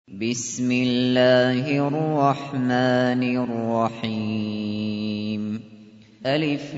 بسم الله الرحمن الرحيم ألف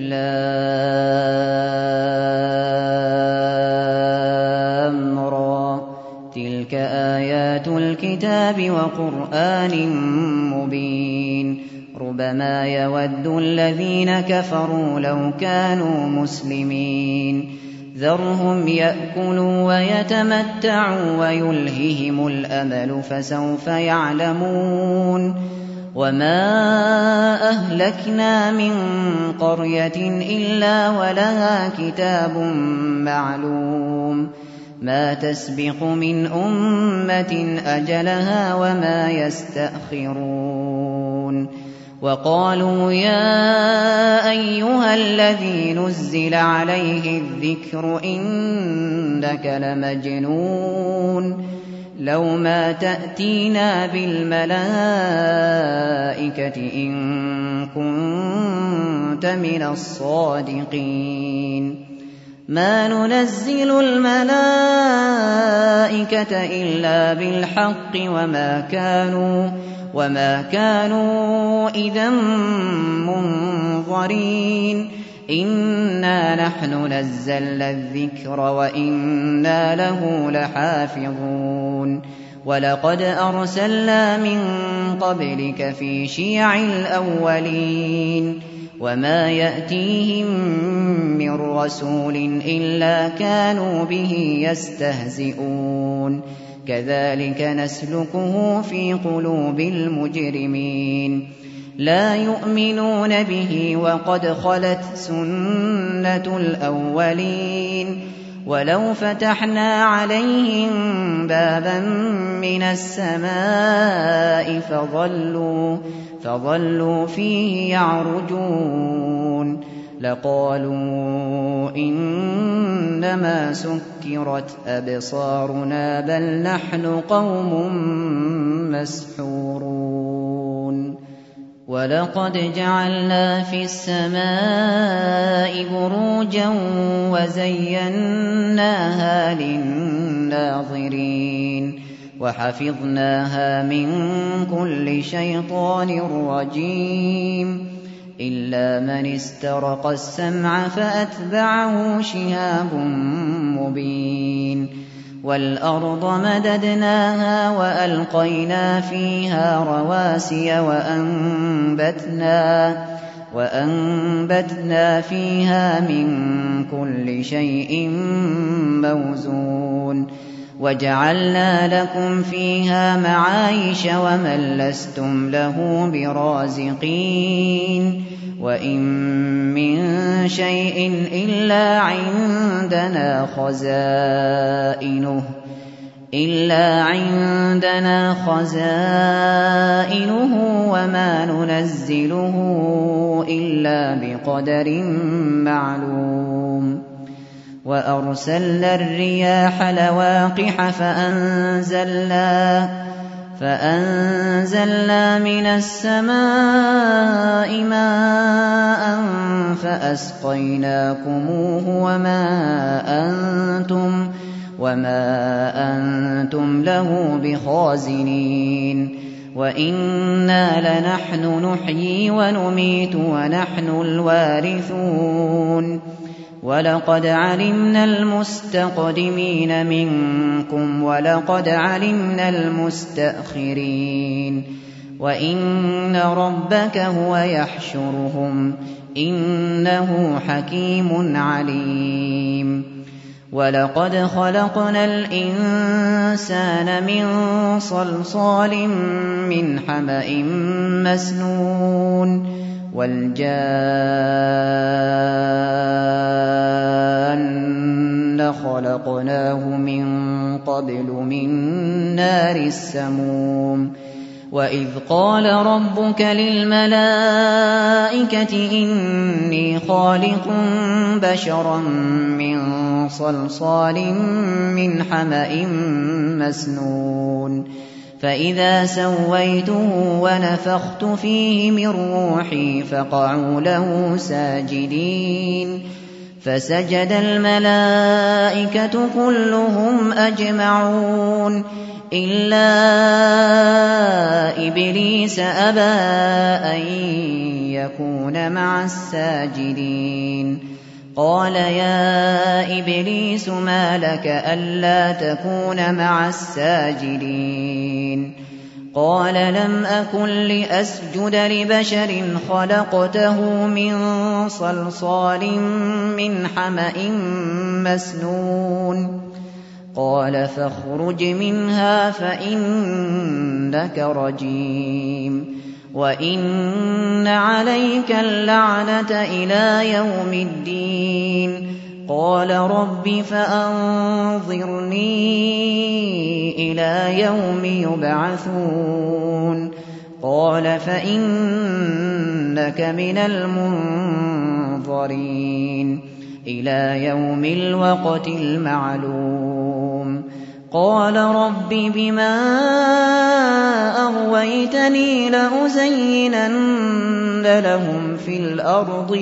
لام را تلك آيات الكتاب وقرآن مبين ربما يود الذين كفروا لو كانوا مسلمين ذرهم يأكلوا ويتمتعوا ويلههم الأمل فسوف يعلمون وما أهلكنا من قرية إلا ولها كتاب معلوم ما تسبق من أمة أجلها وما يستأخرون وقالوا يا أيها الذي نزل عليه الذكر إنك لمجنون لو ما تأتينا بالملائكة إن كنت من الصادقين ما ننزل الملائكة إلا بالحق وما كانوا إذا منظرين إنا نحن نزلنا الذكر وإنا له لحافظون ولقد أرسلنا من قبلك في شيع الأولين وما يأتيهم من رسول إلا كانوا به يستهزئون كذلك نسلكه في قلوب المجرمين لا يؤمنون به وقد خلت سنة الأولين ولو فتحنا عليهم بابا من السماء فظلوا فيه يعرجون لقالوا إنما سكرت أبصارنا بل نحن قوم مسحورون ولقد جعلنا في السماء بروجا وزيناها للناظرين وحفظناها من كل شيطان رجيم إلا من استرق السمع فأتبعه شهاب مبين والأرض مددناها وألقينا فيها رواسي وأنبتنا فيها من كل شيء موزون وجعلنا لكم فيها معايش ومن لستم له برازقين وإن من شيء إلا عندنا خزائنه وما ننزله إلا بقدر معلوم وأرسلنا الرياح لواقح فأنزلنا من السماء ماء فأسقيناكموه وما أنتم له بخازنين وإنا لنحن نحيي ونميت ونحن الوارثون ولقد علمنا المستقدمين منكم ولقد علمنا المستأخرين وإن ربك هو يحشرهم إنه حكيم عليم ولقد خلقنا الإنسان من صلصال من حمأ مسنون والجان خلقناه من قبل من نار السموم وإذ قال ربك للملائكة إني خالق بشرا من صلصال من حمأ مسنون فإذا سويته ونفخت فيه من روحي فقعوا له ساجدين فسجد الملائكة كلهم أجمعون إلا إبليس أبى أن يكون مع الساجدين قال يا إبليس ما لك ألا تكون مع الساجدين قال لم أكن لأسجد لبشر خلقته من صلصال من حمأ مسنون قال فاخرج منها فإنك رجيم وإن عليك اللعنة إلى يوم الدين قال رب فأنظرني إلى يوم يبعثون قال فإنك من المنظرين إلى يوم الوقت المعلوم قال رب بما أغويتني لأزينن لهم في الأرض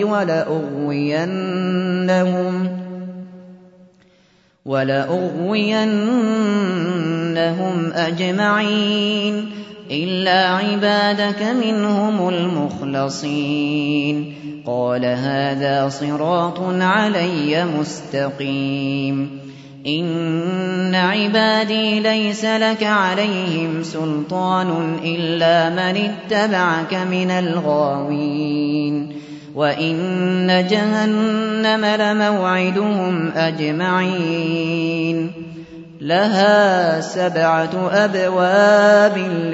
ولأغوينهم أجمعين إلا عبادك منهم المخلصين قال هذا صراط علي مستقيم إن عبادي ليس لك عليهم سلطان إلا من اتبعك من الغاوين وإن جهنم لموعدهم أجمعين لها 7 أبواب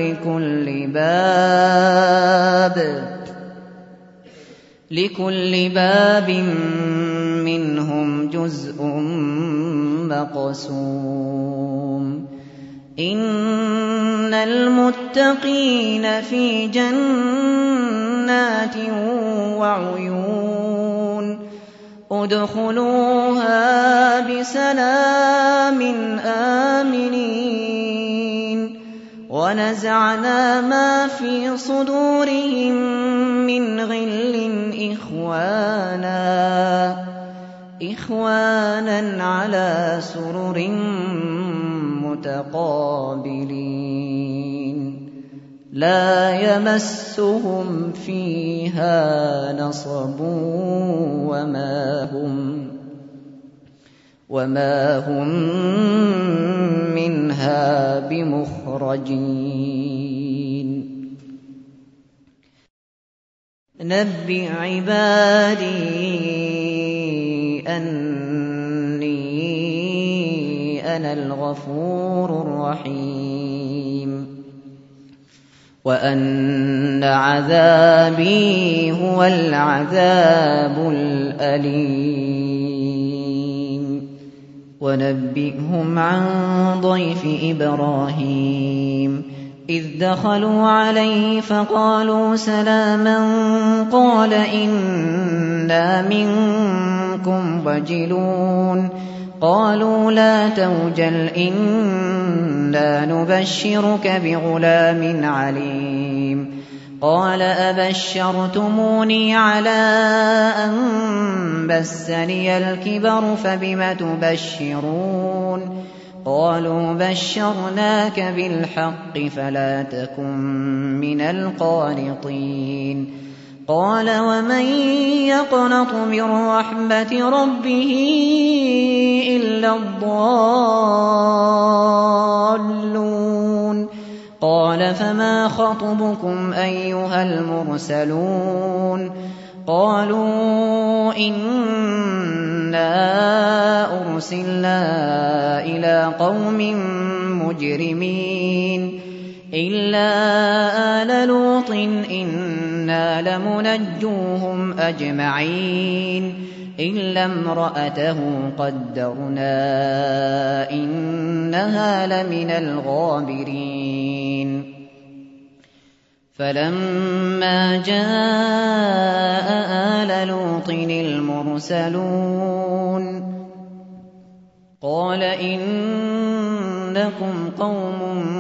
لكل باب منهم جزء مقسوم إن المتقين في جنات وعيون ادخلوها بسلام آمنين ونزعنا ما في صدورهم من غل إخوانا على سرر متقابلين لا يمسهم فيها نصب وما هم منها بمخرجين نبئ عبادي أني أنا الغفور الرحيم وأن عذابي هو العذاب الأليم ونبئهم عن ضيف إبراهيم إذ دخلوا عليه فقالوا سلاما قال إنا منكم وجلون قالوا لا توجل إنا نبشرك بغلام عليم قال أبشرتموني على أن مسني الكبر فبم تبشرون قالوا بشرناك بالحق فلا تكن من القانطين قال ومن يقنط من رحمة ربه إلا الضالون قال فما خطبكم أيها المرسلون قالوا إنا أرسلنا إلى قوم مجرمين إلا آل لوط إنا لمنجوهم أجمعين إلا امرأته قدرنا إنها لمن الغابرين فلما جاء آل لوط المرسلون قال إنكم قوم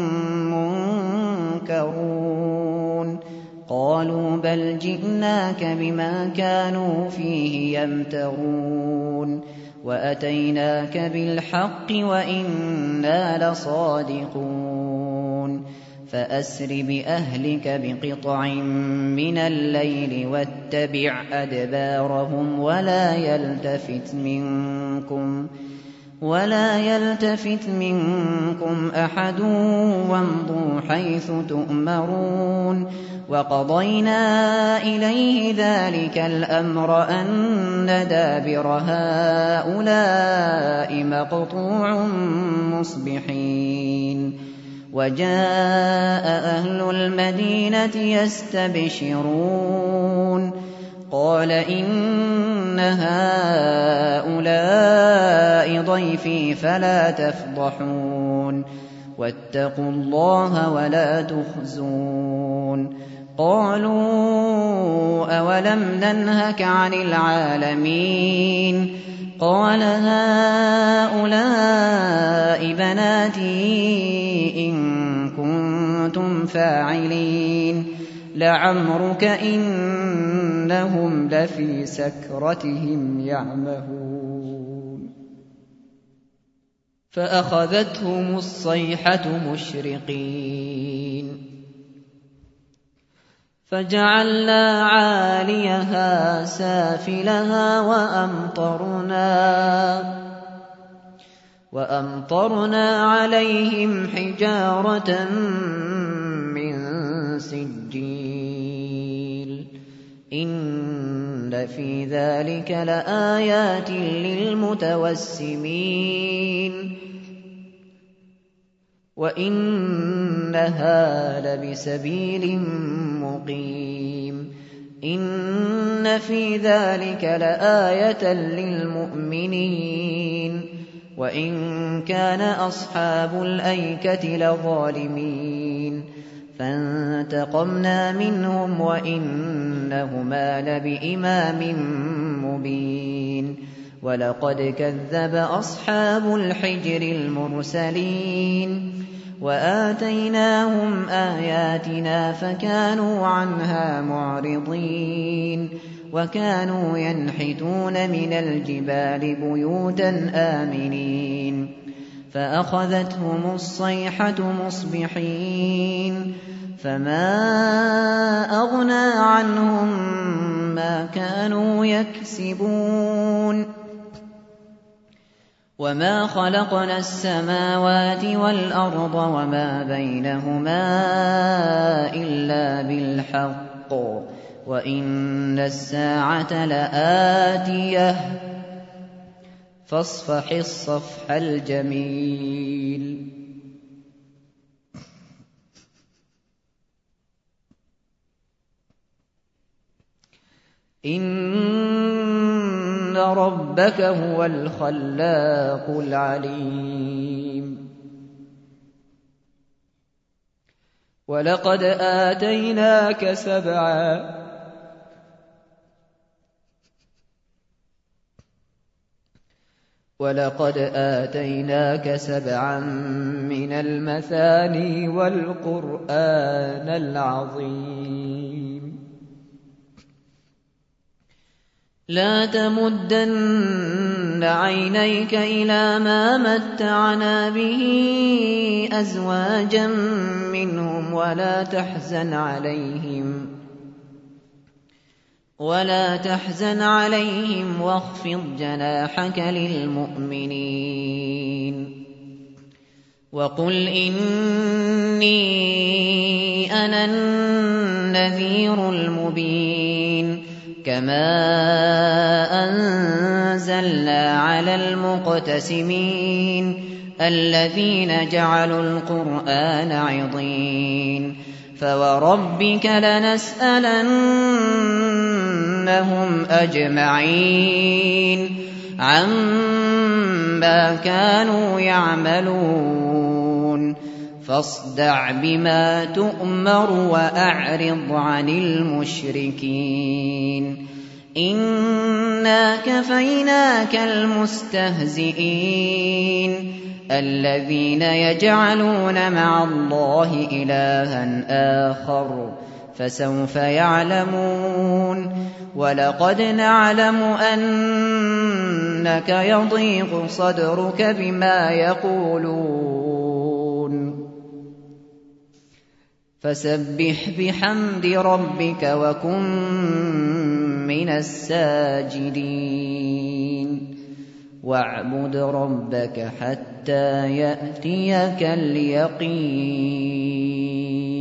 منكرون قالوا بل جئناك بما كانوا فيه يمترون وأتيناك بالحق وإنا لصادقون فأسر بأهلك بقطع من الليل واتبع أدبارهم ولا يلتفت منكم أحد وامضوا حيث تؤمرون وقضينا إليه ذلك الأمر أن دابر هؤلاء مقطوع مصبحين وجاء أهل المدينة يستبشرون قال إن هؤلاء ضيفي فلا تفضحون واتقوا الله ولا تخزون قالوا أولم ننهك عن العالمين قال هؤلاء بناتي إن كنتم فاعلين لعمرك إنهم لفي سكرتهم يعمهون فأخذتهم الصيحة مشرقين فجعلنا عاليها سافلها وأمطرنا عليهم حجارة من سجيل إن في ذلك لآيات للمتوسمين وإنها لبسبيل مقيم إن في ذلك لآية للمؤمنين وإن كان أصحاب الأيكة لظالمين فانتقمنا منهم وإنهما لبإمام مبين ولقد كذب أصحاب الحجر المرسلين وآتيناهم آياتنا فكانوا عنها معرضين وكانوا ينحتون من الجبال بيوتا آمنين فأخذتهم الصيحة مصبحين فما أغنى عنهم ما كانوا يكسبون وما خلقنا السماوات والأرض وما بينهما إلا بالحق وإن الساعة لآتية فاصفح الصفح الجميل إن ربك هو الخلاق العليم ولقد آتيناك سبعا من المثاني والقرآن العظيم لا تمدن عينيك إلى ما متعنا به أزواجا منهم ولا تحزن عليهم واخفض جناحك للمؤمنين وقل إني أنا النذير المبين كما أنزلنا على المقتسمين الذين جعلوا القرآن عضين فوربك لنسألنهم أجمعين عما كانوا يعملون فاصدع بما تؤمر وأعرض عن المشركين إنا كفيناك المستهزئين الذين يجعلون مع الله إلها آخر فسوف يعلمون ولقد نعلم أنك يضيق صدرك بما يقولون فسبح بحمد ربك وكن من الساجدين واعبد ربك حتى يأتيك اليقين